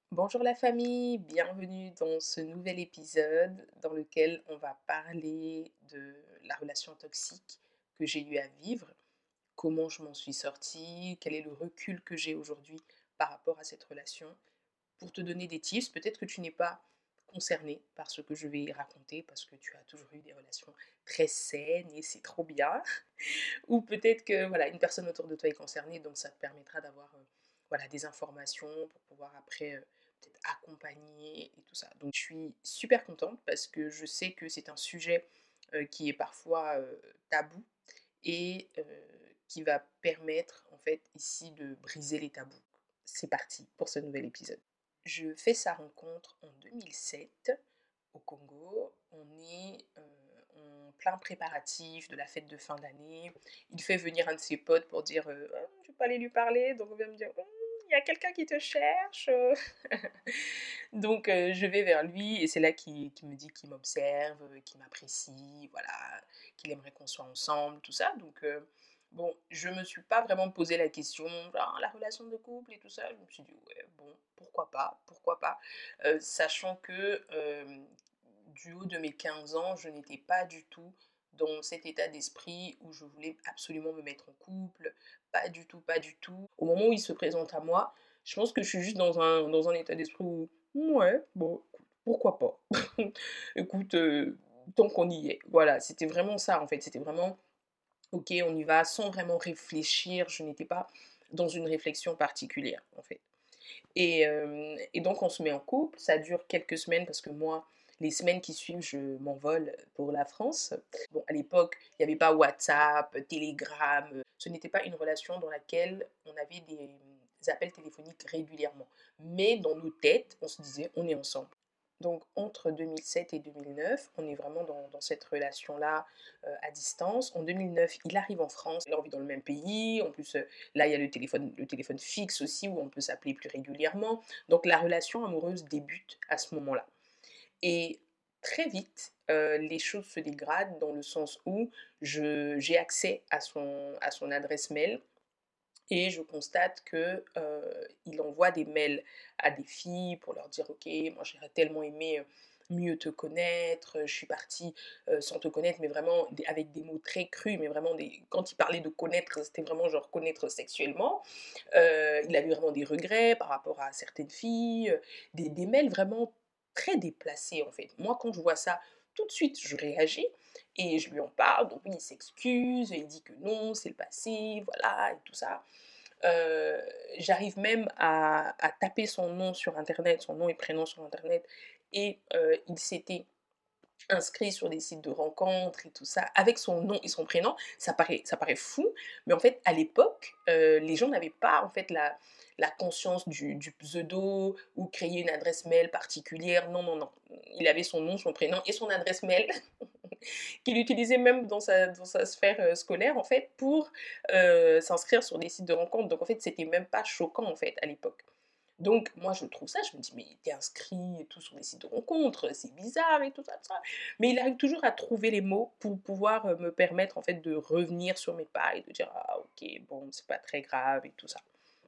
Bonjour la famille, bienvenue dans ce nouvel épisode dans lequel on va parler de la relation toxique que j'ai eu à vivre, comment je m'en suis sortie, quel est le recul que j'ai aujourd'hui par rapport à cette relation, pour te donner des tips. Peut-être que tu n'es pas concerné par ce que je vais raconter parce que tu as toujours eu des relations très saines et c'est trop bien. Ou peut-être que voilà, une personne autour de toi est concernée, donc ça te permettra d'avoir voilà, des informations pour pouvoir après peut-être accompagner et tout ça. Donc je suis super contente parce que je sais que c'est un sujet qui est parfois tabou et qui va permettre en fait ici de briser les tabous. C'est parti pour ce nouvel épisode. Je fais sa rencontre en 2007 au Congo. On est en plein préparatif de la fête de fin d'année. Il fait venir un de ses potes pour dire ah, je vais pas aller lui parler. Donc on vient me dire il y a quelqu'un qui te cherche. Donc je vais vers lui et c'est là qu'il me dit qu'il m'observe, qu'il m'apprécie, voilà, qu'il aimerait qu'on soit ensemble, tout ça. Donc bon, je me suis pas vraiment posé la question, genre la relation de couple et tout ça. Je me suis dit ouais, bon, pourquoi pas, pourquoi pas. Sachant que du haut de mes 15 ans, je n'étais pas du tout dans cet état d'esprit où je voulais absolument me mettre en couple, pas du tout, pas du tout. Au moment où il se présente à moi, je pense que je suis juste dans un état d'esprit où, ouais, bon, pourquoi pas. Écoute, tant qu'on y est. Voilà, c'était vraiment ça en fait. C'était vraiment, ok, on y va sans vraiment réfléchir. Je n'étais pas dans une réflexion particulière en fait. Et donc on se met en couple, ça dure quelques semaines parce que moi, les semaines qui suivent, je m'envole pour la France. Bon, à l'époque, il n'y avait pas WhatsApp, Telegram, ce n'était pas une relation dans laquelle on avait des appels téléphoniques régulièrement. Mais dans nos têtes, on se disait: «On est ensemble». Donc entre 2007 et 2009, on est vraiment dans cette relation-là, à distance. En 2009, il arrive en France, là on vit dans le même pays, en plus, là il y a le téléphone fixe aussi où on peut s'appeler plus régulièrement. Donc la relation amoureuse débute à ce moment-là et très vite, les choses se dégradent dans le sens où j'ai accès à son adresse mail et je constate que, il envoie des mails à des filles pour leur dire: «OK, moi j'aurais tellement aimé, mieux te connaître, je suis partie, sans te connaître», mais vraiment avec des mots très crus, mais vraiment des quand il parlait de connaître, c'était vraiment genre connaître sexuellement. Il avait vraiment des regrets par rapport à certaines filles, des mails vraiment très déplacés, en fait. Moi, quand je vois ça, tout de suite, je réagis et je lui en parle. Donc oui, il s'excuse, il dit que non, c'est le passé, voilà et tout ça. Heu, J'arrive même à taper son nom sur internet, son nom et prénom sur internet et il s'était inscrit sur des sites de rencontres et tout ça, avec son nom et son prénom. Ça paraît fou, mais en fait, à l'époque, les gens n'avaient pas, en fait, la conscience du pseudo ou créer une adresse mail particulière. Non, non, non. Il avait son nom, son prénom et son adresse mail qu'il utilisait même dans sa sphère, scolaire, en fait, pour, s'inscrire sur des sites de rencontres. Donc en fait, c'était même pas choquant, en fait, à l'époque. Donc moi, je trouve ça, je me dis: «Mais tu es inscrit et tout sur des sites de rencontres, c'est bizarre et tout ça, tout ça». Mais il arrive toujours à trouver les mots pour pouvoir, me permettre, en fait, de revenir sur mes pas et de dire: «Ah OK, bon, c'est pas très grave» et tout ça.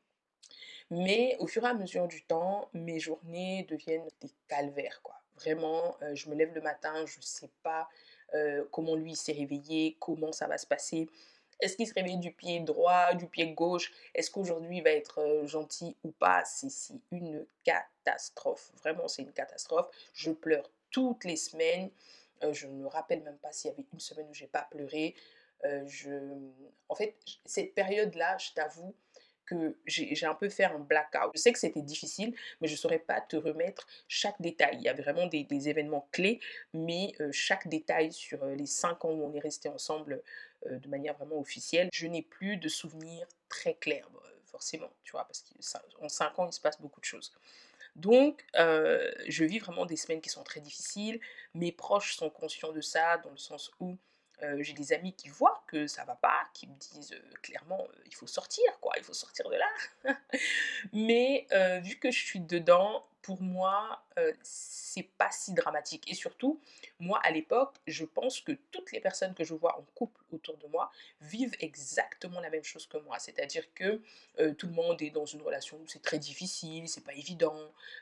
Mais au fur et à mesure du temps, mes journées deviennent des calvaires, quoi. Vraiment, je me lève le matin, je sais pas, comment lui il s'est réveillé, comment ça va se passer. Est-ce qu'il se réveille du pied droit, du pied gauche? Est-ce qu'aujourd'hui il va être, gentil ou pas? C'est une catastrophe. Vraiment, c'est une catastrophe. Je pleure toutes les semaines. Je ne me rappelle même pas s'il y avait une semaine où j'ai pas pleuré. Je En fait, cette période-là, je t'avoue que j'ai un peu fait un blackout. Je sais que c'était difficile, mais je ne saurais pas te remettre chaque détail. Il y a vraiment des événements clés, mais chaque détail sur les 5 ans où on est resté ensemble de manière vraiment officielle, je n'ai plus de souvenirs très clairs, forcément, tu vois, parce qu'en 5 ans, il se passe beaucoup de choses. Donc, je vis vraiment des semaines qui sont très difficiles. Mes proches sont conscients de ça, dans le sens où j'ai des amis qui voient que ça va pas, qui me disent clairement il faut sortir, quoi, il faut sortir de là. Mais vu que je suis dedans, pour moi, c'est pas si dramatique et surtout, moi, à l'époque, je pense que toutes les personnes que je vois en couple autour de moi vivent exactement la même chose que moi. C'est-à-dire que, tout le monde est dans une relation où c'est très difficile, c'est pas évident,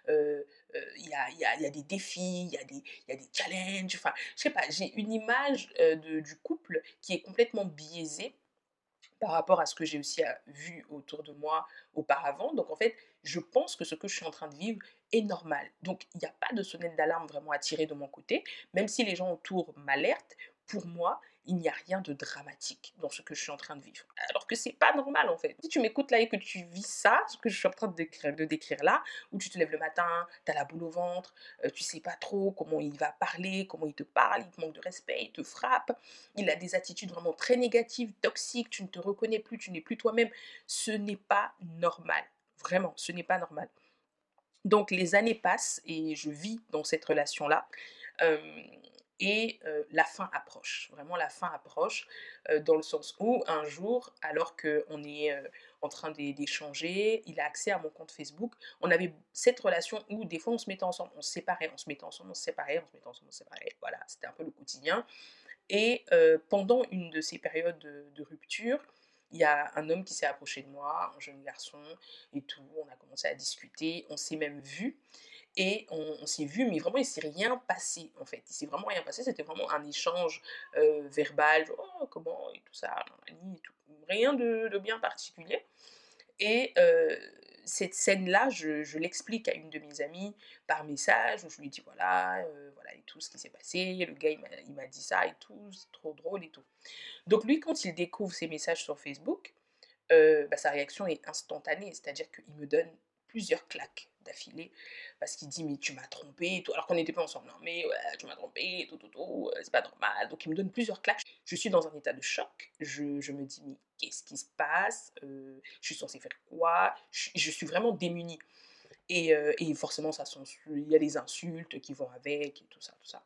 il y a des défis, il y a des challenges, enfin, je sais pas, j'ai une image, du couple qui est complètement biaisée par rapport à ce que j'ai aussi, vu autour de moi auparavant. Donc en fait, je pense que ce que je suis en train de vivre est normal. Donc il n'y a pas de sonnette d'alarme vraiment à tirer de mon côté, même si les gens autour m'alertent, pour moi, il n'y a rien de dramatique dans ce que je suis en train de vivre. Alors que c'est pas normal en fait. Si tu m'écoutes là et que tu vis ça, ce que je suis en train de décrire là, où tu te lèves le matin, tu as la boule au ventre, tu sais pas trop comment il va parler, comment il te parle, il te manque de respect, il te frappe, il a des attitudes vraiment très négatives, toxiques, tu ne te reconnais plus, tu n'es plus toi-même. Ce n'est pas normal. Vraiment, ce n'est pas normal. Donc les années passent et je vis dans cette relation-là. Hem et la fin approche. Vraiment la fin approche, dans le sens où un jour, alors qu'on est, en train d'échanger, il a accès à mon compte Facebook. On avait cette relation où des fois on se mettait ensemble, on se séparait, on se mettait ensemble, on se séparait, on se mettait ensemble, on se séparait. Voilà, c'était un peu le quotidien. Et pendant une de ces périodes de rupture, il y a un homme qui s'est approché de moi, un jeune garçon et tout. On a commencé à discuter, on s'est même vus et on s'est vus, mais vraiment il s'est rien passé, en fait. Il s'est vraiment rien passé, c'était vraiment un échange, verbal, genre: «Oh comment?» et tout ça, nanani et tout. Rien de bien particulier. Et cette scène-là, je l'explique à une de mes amies par message, où je lui dis: «Voilà, voilà et tout ce qui s'est passé, le gars il m'a dit ça et tout, c'est trop drôle et tout». Donc lui, quand il découvre ces messages sur Facebook, bah, sa réaction est instantanée, c'est-à-dire qu'il me donne plusieurs claques d'affilée parce qu'il dit: «Mais tu m'as trompé et tout», alors qu'on n'était pas ensemble, hein, «Mais ouais, tu m'as trompé et tout, tout, tout, c'est pas normal». Donc il me donne plusieurs claques. Je suis dans un état de choc. Je me dis: «Mais qu'est-ce qui se passe? Je suis censée faire quoi?» Je suis vraiment démunie et forcément ça s'ensuit, il y a les insultes qui vont avec et tout ça, tout ça.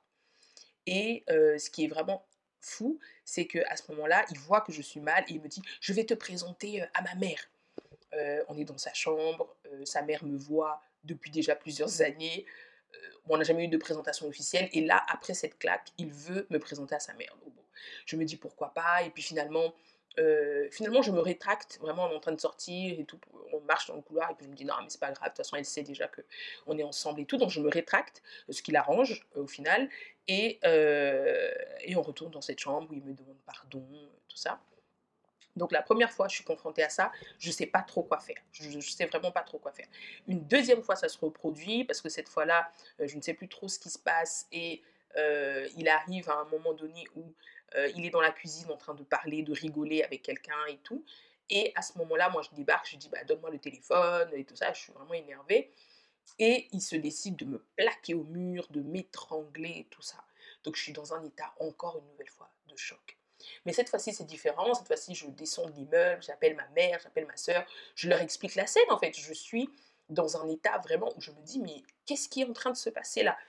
Et ce qui est vraiment fou, c'est qu'à ce moment-là, il voit que je suis mal et il me dit: «Je vais te présenter, à ma mère». On est dans sa chambre, sa mère me voit depuis déjà plusieurs années, bon, on n'a jamais eu de présentation officielle et là, après cette claque, il veut me présenter à sa mère. Donc bon, je me dis: «Pourquoi pas?» et puis finalement je me rétracte, vraiment on est en train de sortir et tout, on marche dans le couloir et puis je me dis: «Non mais c'est pas grave, de toute façon elle sait déjà qu'on est ensemble et tout», donc je me rétracte, ce qui l'arrange, au final et on retourne dans cette chambre où il me demande pardon, tout ça. Donc la première fois, je suis confrontée à ça, je ne sais pas trop quoi faire. Je sais vraiment pas trop quoi faire. Une deuxième fois, ça se reproduit parce que cette fois-là, je ne sais plus trop ce qui se passe et il arrive à un moment donné où, il est dans la cuisine en train de parler, de rigoler avec quelqu'un et tout et à ce moment-là, moi, je débarque, je dis: «Bah, donne-moi le téléphone» et tout ça, je suis vraiment énervée et il se décide de me plaquer au mur, de m'étrangler et tout ça. Donc je suis dans un état, encore une nouvelle fois, de choc. Mais cette fois-ci, c'est différent. Cette fois-ci, je descends de l'immeuble, j'appelle ma mère, j'appelle ma sœur, je leur explique la scène en fait. Je suis dans un état vraiment où je me dis: «Mais qu'est-ce qui est en train de se passer là?»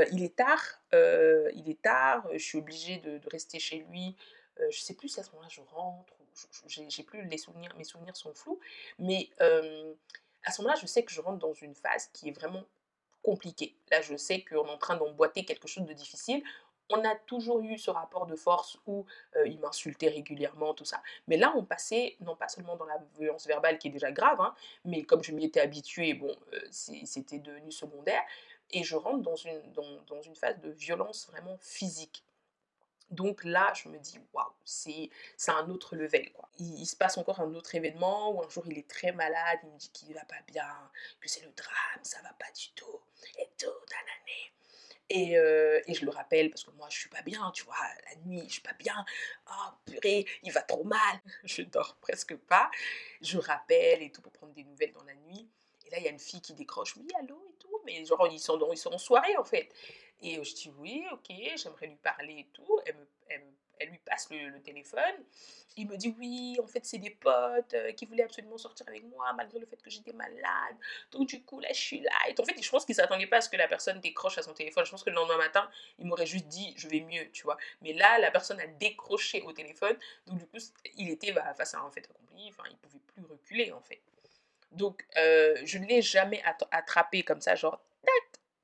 Il est tard, je suis obligée de rester chez lui. Je sais plus si à ce moment-là je rentre ou j'ai plus les souvenirs, mes souvenirs sont flous. Mais à ce moment-là, je sais que je rentre dans une phase qui est vraiment compliquée. Là, je sais qu'on est en train d'emboîter quelque chose de difficile. On a toujours eu ce rapport de force où, il m'insultait régulièrement, tout ça. Mais là, on passait non pas seulement dans la violence verbale qui est déjà grave, hein, mais comme je m'y étais habituée, bon, c'était devenu secondaire et je rentre dans une phase de violence vraiment physique. Donc là, je me dis: «Waouh, c'est un autre level, quoi». Il se passe encore un autre événement où un jour il est très malade, il me dit qu'il va pas bien, que c'est le drame, ça va pas du tout et tout, nanani et je le rappelle parce que moi je suis pas bien, tu vois? La nuit, je suis pas bien. «Oh purée, il va trop mal». Je dors presque pas. Je rappelle et tout pour prendre des nouvelles dans la nuit et là, il y a une fille qui décroche: «Oui, allô?» et tout, mais genre ils sont en soirée, en fait et je dis: «Oui, OK, j'aimerais lui parler et tout». Elle lui passe le téléphone. Il me dit: «Oui, en fait, c'est des potes, qui voulaient absolument sortir avec moi malgré le fait que j'étais malade. Donc du coup, là, je suis là» et tout. En fait, je pense qu'il ne s'attendait pas à ce que la personne décroche à son téléphone. Je pense que le lendemain matin, il m'aurait juste dit: «Je vais mieux», tu vois? Mais là, la personne a décroché au téléphone, donc du coup, il était, bah, face à un fait accompli, enfin, il pouvait plus reculer, en fait. Donc je ne l'ai jamais attrapé comme ça, genre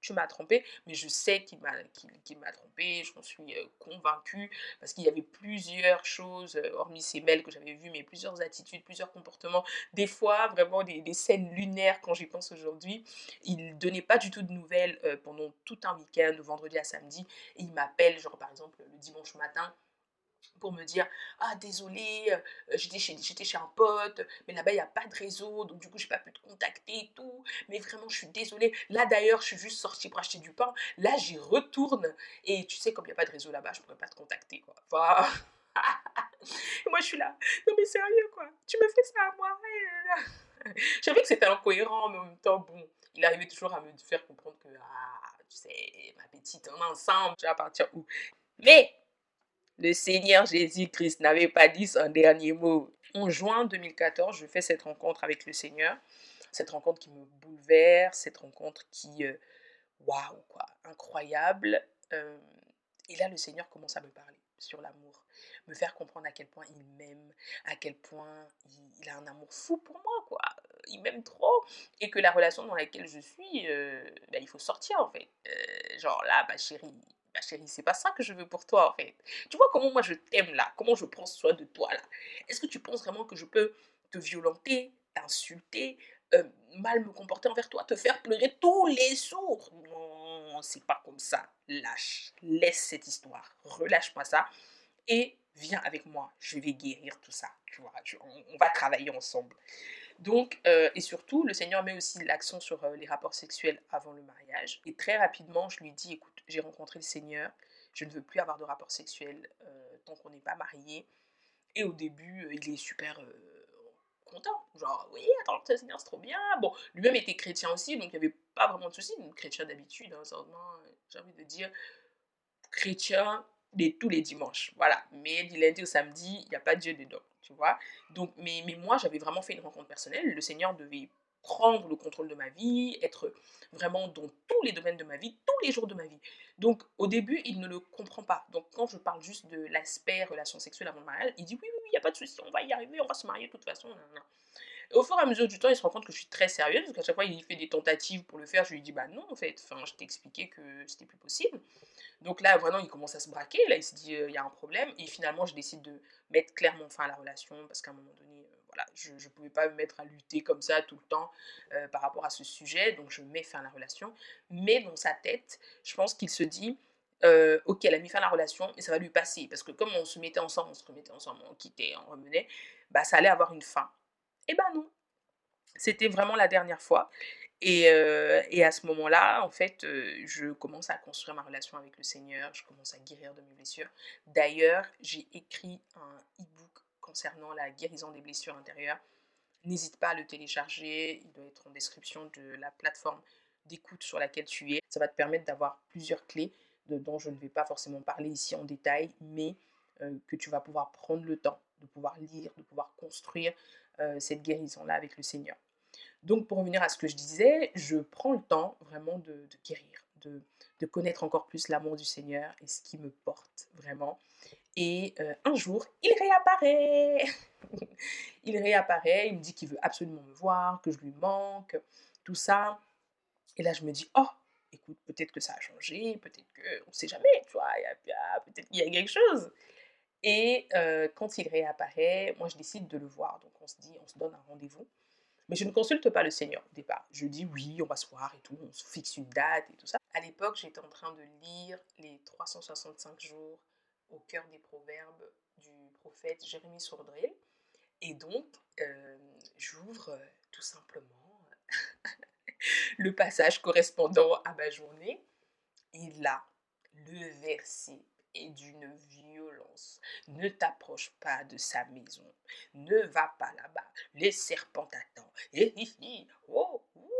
tu m'as trompé, mais je sais qu'il m'a trompé, j'en suis convaincue, parce qu'il y avait plusieurs choses, hormis ces mails que j'avais vus, mais plusieurs attitudes, plusieurs comportements, des fois vraiment des scènes lunaires quand j'y pense aujourd'hui. Il donnait pas du tout de nouvelles pendant tout un week-end, de vendredi à samedi, et il m'appelle, genre par exemple le dimanche matin, pour me dire: «Ah désolé, j'étais chez un pote, mais là-bas il y a pas de réseau, donc du coup j'ai pas pu te contacter et tout, mais vraiment je suis désolée. Là d'ailleurs, je suis juste sortie pour acheter du pain, là j'y retourne et tu sais comme il y a pas de réseau là-bas, je pourrais pas te contacter quoi». Enfin, et moi je suis là: «Non mais sérieux quoi? Tu me fais ça à moi? Eh là là». Je savais que c'était incohérent, mais en même temps bon, il arrivait toujours à me faire comprendre que: «Ah, tu sais, ma petite, on est ensemble, tu vas partir où?» Mais le Seigneur Jésus-Christ n'avait pas dit son dernier mot. En juin 2014, je fais cette rencontre avec le Seigneur, cette rencontre qui me bouleverse, cette rencontre qui, waouh quoi, incroyable. Hem et là, le Seigneur commence à me parler sur l'amour, me faire comprendre à quel point il m'aime, à quel point il a un amour fou pour moi quoi, il m'aime trop et que la relation dans laquelle je suis, bah, il faut sortir en fait. Genre là, ma chérie, c'est pas ça que je veux pour toi en fait. Tu vois comment moi je t'aime là, comment je prends soin de toi là. Est-ce que tu penses vraiment que je peux te violenter, t'insulter, mal me comporter envers toi, te faire pleurer tous les jours? Non, c'est pas comme ça. Lâche, laisse cette histoire, relâche-moi ça et viens avec moi. Je vais guérir tout ça, tu vois. On va travailler ensemble. Donc, et surtout, le Seigneur met aussi l'accent sur les rapports sexuels avant le mariage. Et très rapidement, je lui dis, écoute, j'ai rencontré le Seigneur, je ne veux plus avoir de rapports sexuels tant qu'on n'est pas mariés. Et au début, il est super content. Genre, oui, attends, le Seigneur, c'est trop bien. Bon, lui-même était chrétien aussi, donc il n'y avait pas vraiment de souci. Donc, chrétien d'habitude, hein, seulement, j'ai envie de dire, chrétien tous les dimanches. Voilà. Mais du lundi au samedi, il n'y a pas Dieu dedans. Tu vois? Donc, mais moi, j'avais vraiment fait une rencontre personnelle. Le Seigneur devait prendre le contrôle de ma vie, être vraiment dans tous les domaines de ma vie, tous les jours de ma vie. Donc, au début, il ne le comprend pas. Donc, quand je parle juste de l'aspect relation sexuelle avant le mariage, il dit oui, oui, oui, il n'y a pas de souci, on va y arriver, on va se marier de toute façon. Nan, nan. Et au fur et à mesure du temps, il se rend compte que je suis très sérieuse, parce qu'à chaque fois, il fait des tentatives pour le faire. Je lui dis, bah non, en fait, enfin, je t'ai expliqué que c'était plus possible. Donc là, vraiment, il commence à se braquer. Là, il se dit, il y a un problème. Et finalement, je décide de mettre clairement fin à la relation parce qu'à un moment donné, voilà, je ne pouvais pas me mettre à lutter comme ça tout le temps par rapport à ce sujet. Donc, je mets fin à la relation. Mais dans sa tête, je pense qu'il se dit, ok, elle a mis fin à la relation, mais ça va lui passer. Parce que comme on se mettait ensemble, on se remettait ensemble, on quittait, on remenait, bah, ça allait avoir une fin. Et ben non, c'était vraiment la dernière fois. Et à ce moment-là, en fait, je commence à construire ma relation avec le Seigneur, je commence à guérir de mes blessures. D'ailleurs, j'ai écrit un e-book concernant la guérison des blessures intérieures. N'hésite pas à le télécharger, il doit être en description de la plateforme d'écoute sur laquelle tu es. Ça va te permettre d'avoir plusieurs clés dont je ne vais pas forcément parler ici en détail, mais que tu vas pouvoir prendre le temps de pouvoir lire, de pouvoir construire cette guérison-là avec le Seigneur. Donc pour revenir à ce que je disais, je prends le temps vraiment de guérir, de connaître encore plus l'amour du Seigneur et ce qui me porte vraiment. Et un jour, il réapparaît. Il réapparaît, il me dit qu'il veut absolument me voir, que je lui manque, tout ça. Et là, je me dis, oh, écoute, peut-être que ça a changé, peut-être que, on ne sait jamais, tu vois, peut-être qu'il y a quelque chose. Et quand il réapparaît, moi, je décide de le voir. Donc on se dit, on se donne un rendez-vous. Mais je ne consulte pas le Seigneur au départ. Je dis oui, on va se voir et tout, on se fixe une date et tout ça. À l'époque, j'étais en train de lire les 365 jours au cœur des proverbes du prophète Jérémie Sourdrel. Et donc, j'ouvre tout simplement le passage correspondant à ma journée. Et là, le verset est d'une violence. Ne t'approche pas de sa maison. Ne va pas là-bas. Les serpents t'attendent. Oh,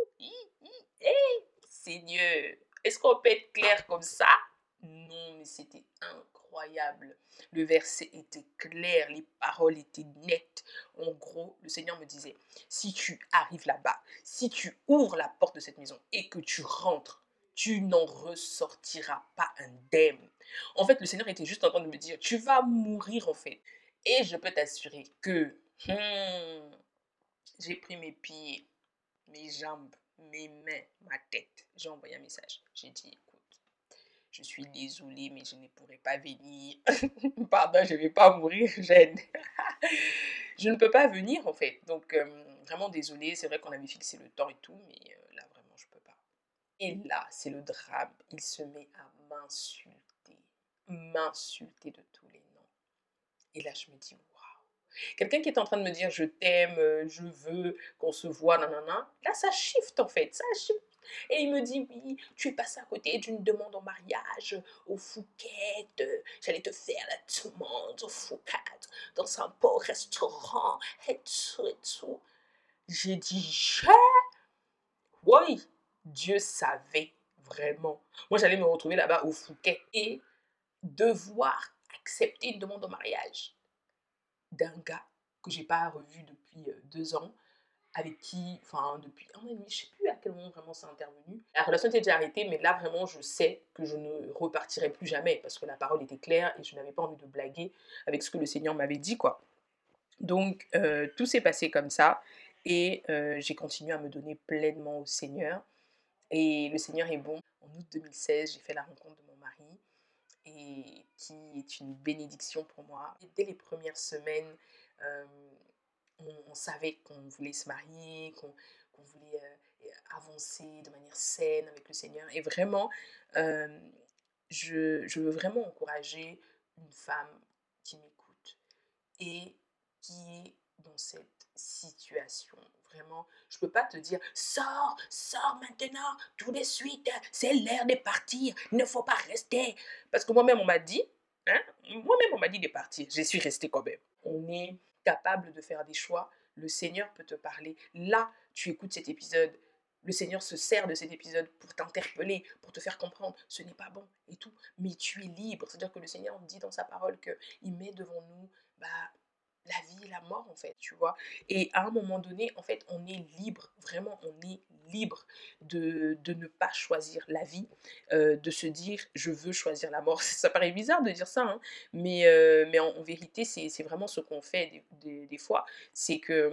Seigneur, est-ce qu'on peut être clair comme ça? Non, mais c'était incroyable. Le verset était clair, les paroles étaient nettes. En gros, le Seigneur me disait, si tu arrives là-bas, si tu ouvres la porte de cette maison et que tu rentres, tu n'en ressortiras pas indemne. En fait, le Seigneur était juste en train de me dire, tu vas mourir en fait. Et je peux t'assurer que j'ai pris mes pieds, mes jambes mes mains, ma tête. J'ai envoyé un message. J'ai dit: «Écoute, je suis désolée, mais je ne pourrai pas venir. Pardon, je ne vais pas mourir jeune. Je ne peux pas venir, en fait. Donc, vraiment désolée. C'est vrai qu'on avait fixé le temps et tout, mais là, vraiment, je ne peux pas.» Et là, c'est le drame. Il se met à m'insulter de tous les noms. Et là, je me dis: «Waouh!» Quelqu'un qui est en train de me dire: «Je t'aime, je veux qu'on se voit, nanana», là, ça shift, en fait, ça shift. Et il me dit: «Oui, tu es passé à côté d'une demande en mariage au Phuket, j'allais te faire la demande au Phuket, dans un beau restaurant et tout et tout.» J'ai dit: Oui, Dieu savait, vraiment. Moi, j'allais me retrouver là-bas au Phuket et devoir accepter une demande en mariage d'un gars que j'ai pas revu depuis 2 ans, avec qui, enfin, depuis 1 an et demi, je sais plus à quel moment vraiment c'est intervenu. La relation était déjà arrêtée, mais là, vraiment, je sais que je ne repartirai plus jamais parce que la parole était claire et je n'avais pas envie de blaguer avec ce que le Seigneur m'avait dit, quoi. Donc, tout s'est passé comme ça et j'ai continué à me donner pleinement au Seigneur et le Seigneur est bon. En août 2016, j'ai fait la rencontre de mon mari et qui est une bénédiction pour moi. Et dès les premières semaines, hem, on savait qu'on voulait se marier, qu'on voulait, avancer de manière saine avec le Seigneur et vraiment, hem, je veux vraiment encourager une femme qui m'écoute et qui est dans cette situation. Vraiment, je peux pas te dire: «Sors, sors maintenant, tout de suite, c'est l'heure de partir, il ne faut pas rester.» Parce que moi-même, on m'a dit, hein, moi-même, on m'a dit de partir. Je suis restée quand même. On est capable de faire des choix. Le Seigneur peut te parler. Là, tu écoutes cet épisode. Le Seigneur se sert de cet épisode pour t'interpeller, pour te faire comprendre, ce n'est pas bon et tout. Mais tu es libre. C'est-à-dire que le Seigneur dit dans sa parole qu'il met devant nous, bah, la vie et la mort, en fait, tu vois. Et à un moment donné, en fait, on est libre, vraiment, on est libre de ne pas choisir la vie, de se dire, je veux choisir la mort. Ça paraît bizarre de dire ça, hein, mais en vérité, c'est vraiment ce qu'on fait des fois. C'est que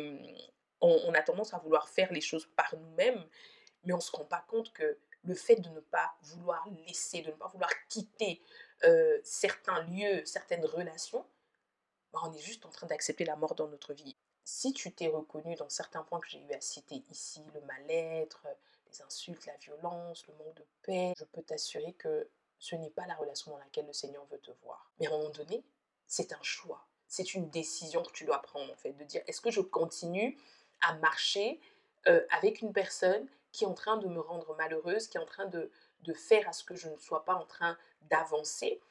on a tendance à vouloir faire les choses par nous-mêmes, mais on ne se rend pas compte que le fait de ne pas vouloir laisser, de ne pas vouloir quitter certains lieux, certaines relations, bah, on est juste en train d'accepter la mort dans notre vie. Si tu t'es reconnu dans certains points que j'ai eu à citer ici, le mal-être, les insultes, la violence, le manque de paix, je peux t'assurer que ce n'est pas la relation dans laquelle le Seigneur veut te voir. Mais à un moment donné, c'est un choix. C'est une décision que tu dois prendre, en fait, de dire, est-ce que je continue à marcher avec une personne qui est en train de me rendre malheureuse, qui est en train de faire à ce que je ne sois pas en train d'avancer.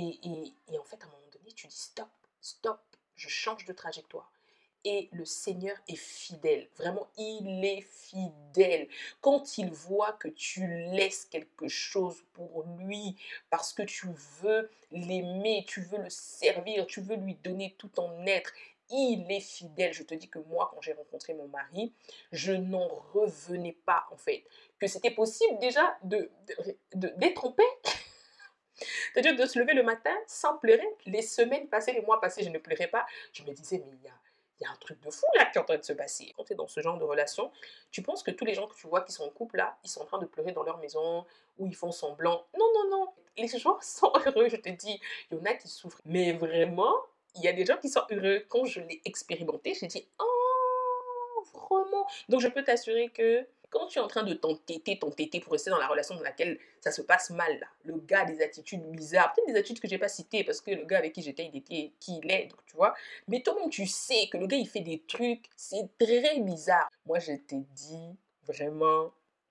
Et en fait, à un moment donné, tu dis stop, stop, je change de trajectoire. Et le Seigneur est fidèle, vraiment, il est fidèle. Quand il voit que tu laisses quelque chose pour lui, parce que tu veux l'aimer, tu veux le servir, tu veux lui donner tout ton être, il est fidèle. Je te dis que moi, quand j'ai rencontré mon mari, je n'en revenais pas, en fait. Que c'était possible déjà d'être en paix, c'est-à-dire de se lever le matin sans pleurer. Les semaines passées, les mois passés, je ne pleurais pas. Je me disais, mais il y a un truc de fou là qui est en train de se passer. Quand tu es dans ce genre de relation, tu penses que tous les gens que tu vois qui sont en couple là, ils sont en train de pleurer dans leur maison ou ils font semblant. Non, non, non. Les gens sont heureux, je te dis. Il y en a qui souffrent. Mais vraiment, il y a des gens qui sont heureux. Quand je l'ai expérimenté, j'ai dit, oh, vraiment. Donc je peux t'assurer que quand tu es en train de t'entêter pour rester dans la relation dans laquelle ça se passe mal, là, le gars a des attitudes bizarres, peut-être des attitudes que j'ai pas citées parce que le gars avec qui j'étais, il était qui il est, donc tu vois. Mais toi-même, tu sais que le gars, il fait des trucs, c'est très bizarre. Moi, je t'ai dit, vraiment,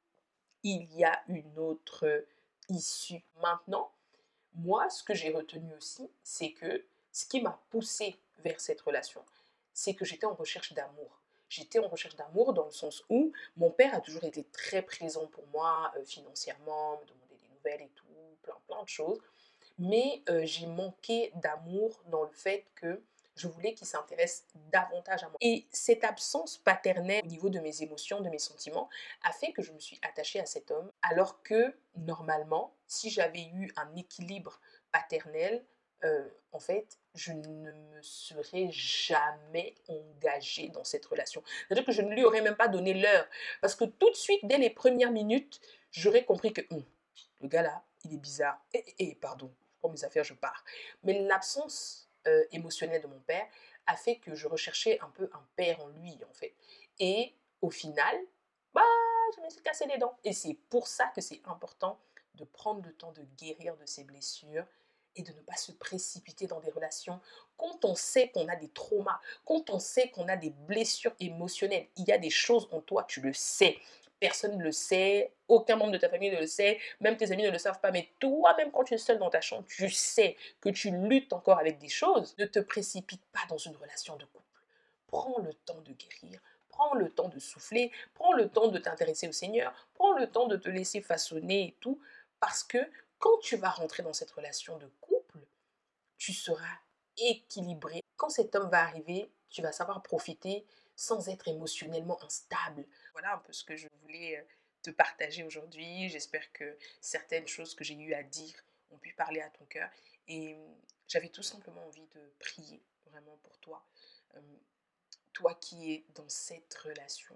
il y a une autre issue. Maintenant, moi, ce que j'ai retenu aussi, c'est que ce qui m'a poussée vers cette relation, c'est que j'étais en recherche d'amour. J'étais en recherche d'amour dans le sens où mon père a toujours été très présent pour moi, financièrement, me demander des nouvelles et tout, plein, plein de choses. Mais j'ai manqué d'amour dans le fait que je voulais qu'il s'intéresse davantage à moi. Et cette absence paternelle au niveau de mes émotions, de mes sentiments, a fait que je me suis attachée à cet homme, alors que normalement, si j'avais eu un équilibre paternel, en fait, je ne me serais jamais engagée dans cette relation. C'est-à-dire que je ne lui aurais même pas donné l'heure. Parce que tout de suite, dès les premières minutes, j'aurais compris que le gars là, il est bizarre. Pardon, je prends mes affaires, je pars. Mais l'absence émotionnelle de mon père a fait que je recherchais un peu un père en lui, en fait. Et au final, bah, je me suis cassé les dents. Et c'est pour ça que c'est important de prendre le temps de guérir de ses blessures et de ne pas se précipiter dans des relations quand on sait qu'on a des traumas, quand on sait qu'on a des blessures émotionnelles. Il y a des choses en toi, tu le sais. Personne ne le sait, aucun membre de ta famille ne le sait, même tes amis ne le savent pas, mais toi-même quand tu es seul dans ta chambre, tu sais que tu luttes encore avec des choses. Ne te précipite pas dans une relation de couple. Prends le temps de guérir, prends le temps de souffler, prends le temps de t'intéresser au Seigneur, prends le temps de te laisser façonner et tout, parce que quand tu vas rentrer dans cette relation de couple, tu seras équilibré. Quand cet homme va arriver, tu vas savoir profiter sans être émotionnellement instable. Voilà un peu ce que je voulais te partager aujourd'hui. J'espère que certaines choses que j'ai eu à dire ont pu parler à ton cœur. Et j'avais tout simplement envie de prier vraiment pour toi. Euh, Toi qui es dans cette relation,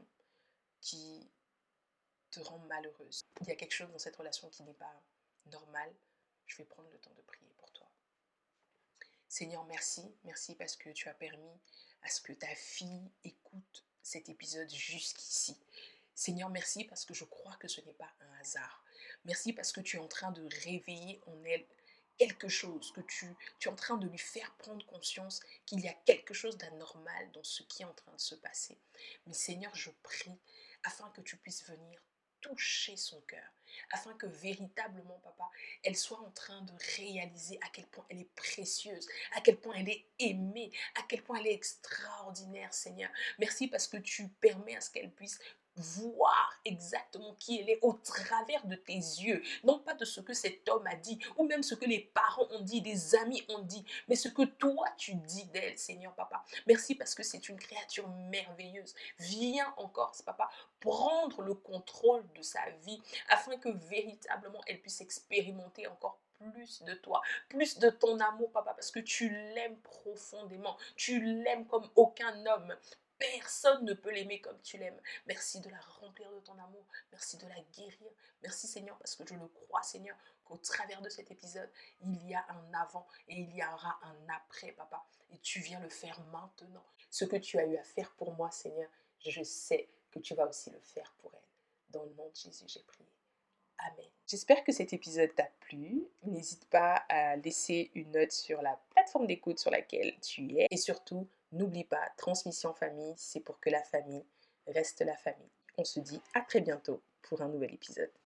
qui te rend malheureuse. Il y a quelque chose dans cette relation qui n'est pas normal. Je vais prendre le temps de prier pour toi. Seigneur, merci. Merci parce que tu as permis à ce que ta fille écoute cet épisode jusqu'ici. Seigneur, merci parce que je crois que ce n'est pas un hasard. Merci parce que tu es en train de réveiller en elle quelque chose, que tu es en train de lui faire prendre conscience qu'il y a quelque chose d'anormal dans ce qui est en train de se passer. Mais Seigneur, je prie afin que tu puisses venir toucher son cœur, afin que véritablement, papa, elle soit en train de réaliser à quel point elle est précieuse, à quel point elle est aimée, à quel point elle est extraordinaire, Seigneur. Merci parce que tu permets à ce qu'elle puisse voir exactement qui elle est au travers de tes yeux, non pas de ce que cet homme a dit, ou même ce que les parents ont dit, des amis ont dit, mais ce que toi tu dis d'elle, Seigneur Papa. Merci parce que c'est une créature merveilleuse. Viens encore, Papa, prendre le contrôle de sa vie, afin que véritablement elle puisse expérimenter encore plus de toi, plus de ton amour, papa, parce que tu l'aimes profondément, tu l'aimes comme aucun homme. Personne ne peut l'aimer comme tu l'aimes. Merci de la remplir de ton amour. Merci de la guérir. Merci Seigneur parce que je le crois Seigneur qu'au travers de cet épisode, il y a un avant et il y aura un après papa. Et tu viens le faire maintenant. Ce que tu as eu à faire pour moi Seigneur, je sais que tu vas aussi le faire pour elle. Dans le nom de Jésus, j'ai prié. Amen. J'espère que cet épisode t'a plu. N'hésite pas à laisser une note sur la plateforme d'écoute sur laquelle tu es. Et surtout, n'oublie pas, transmission famille, c'est pour que la famille reste la famille. On se dit à très bientôt pour un nouvel épisode.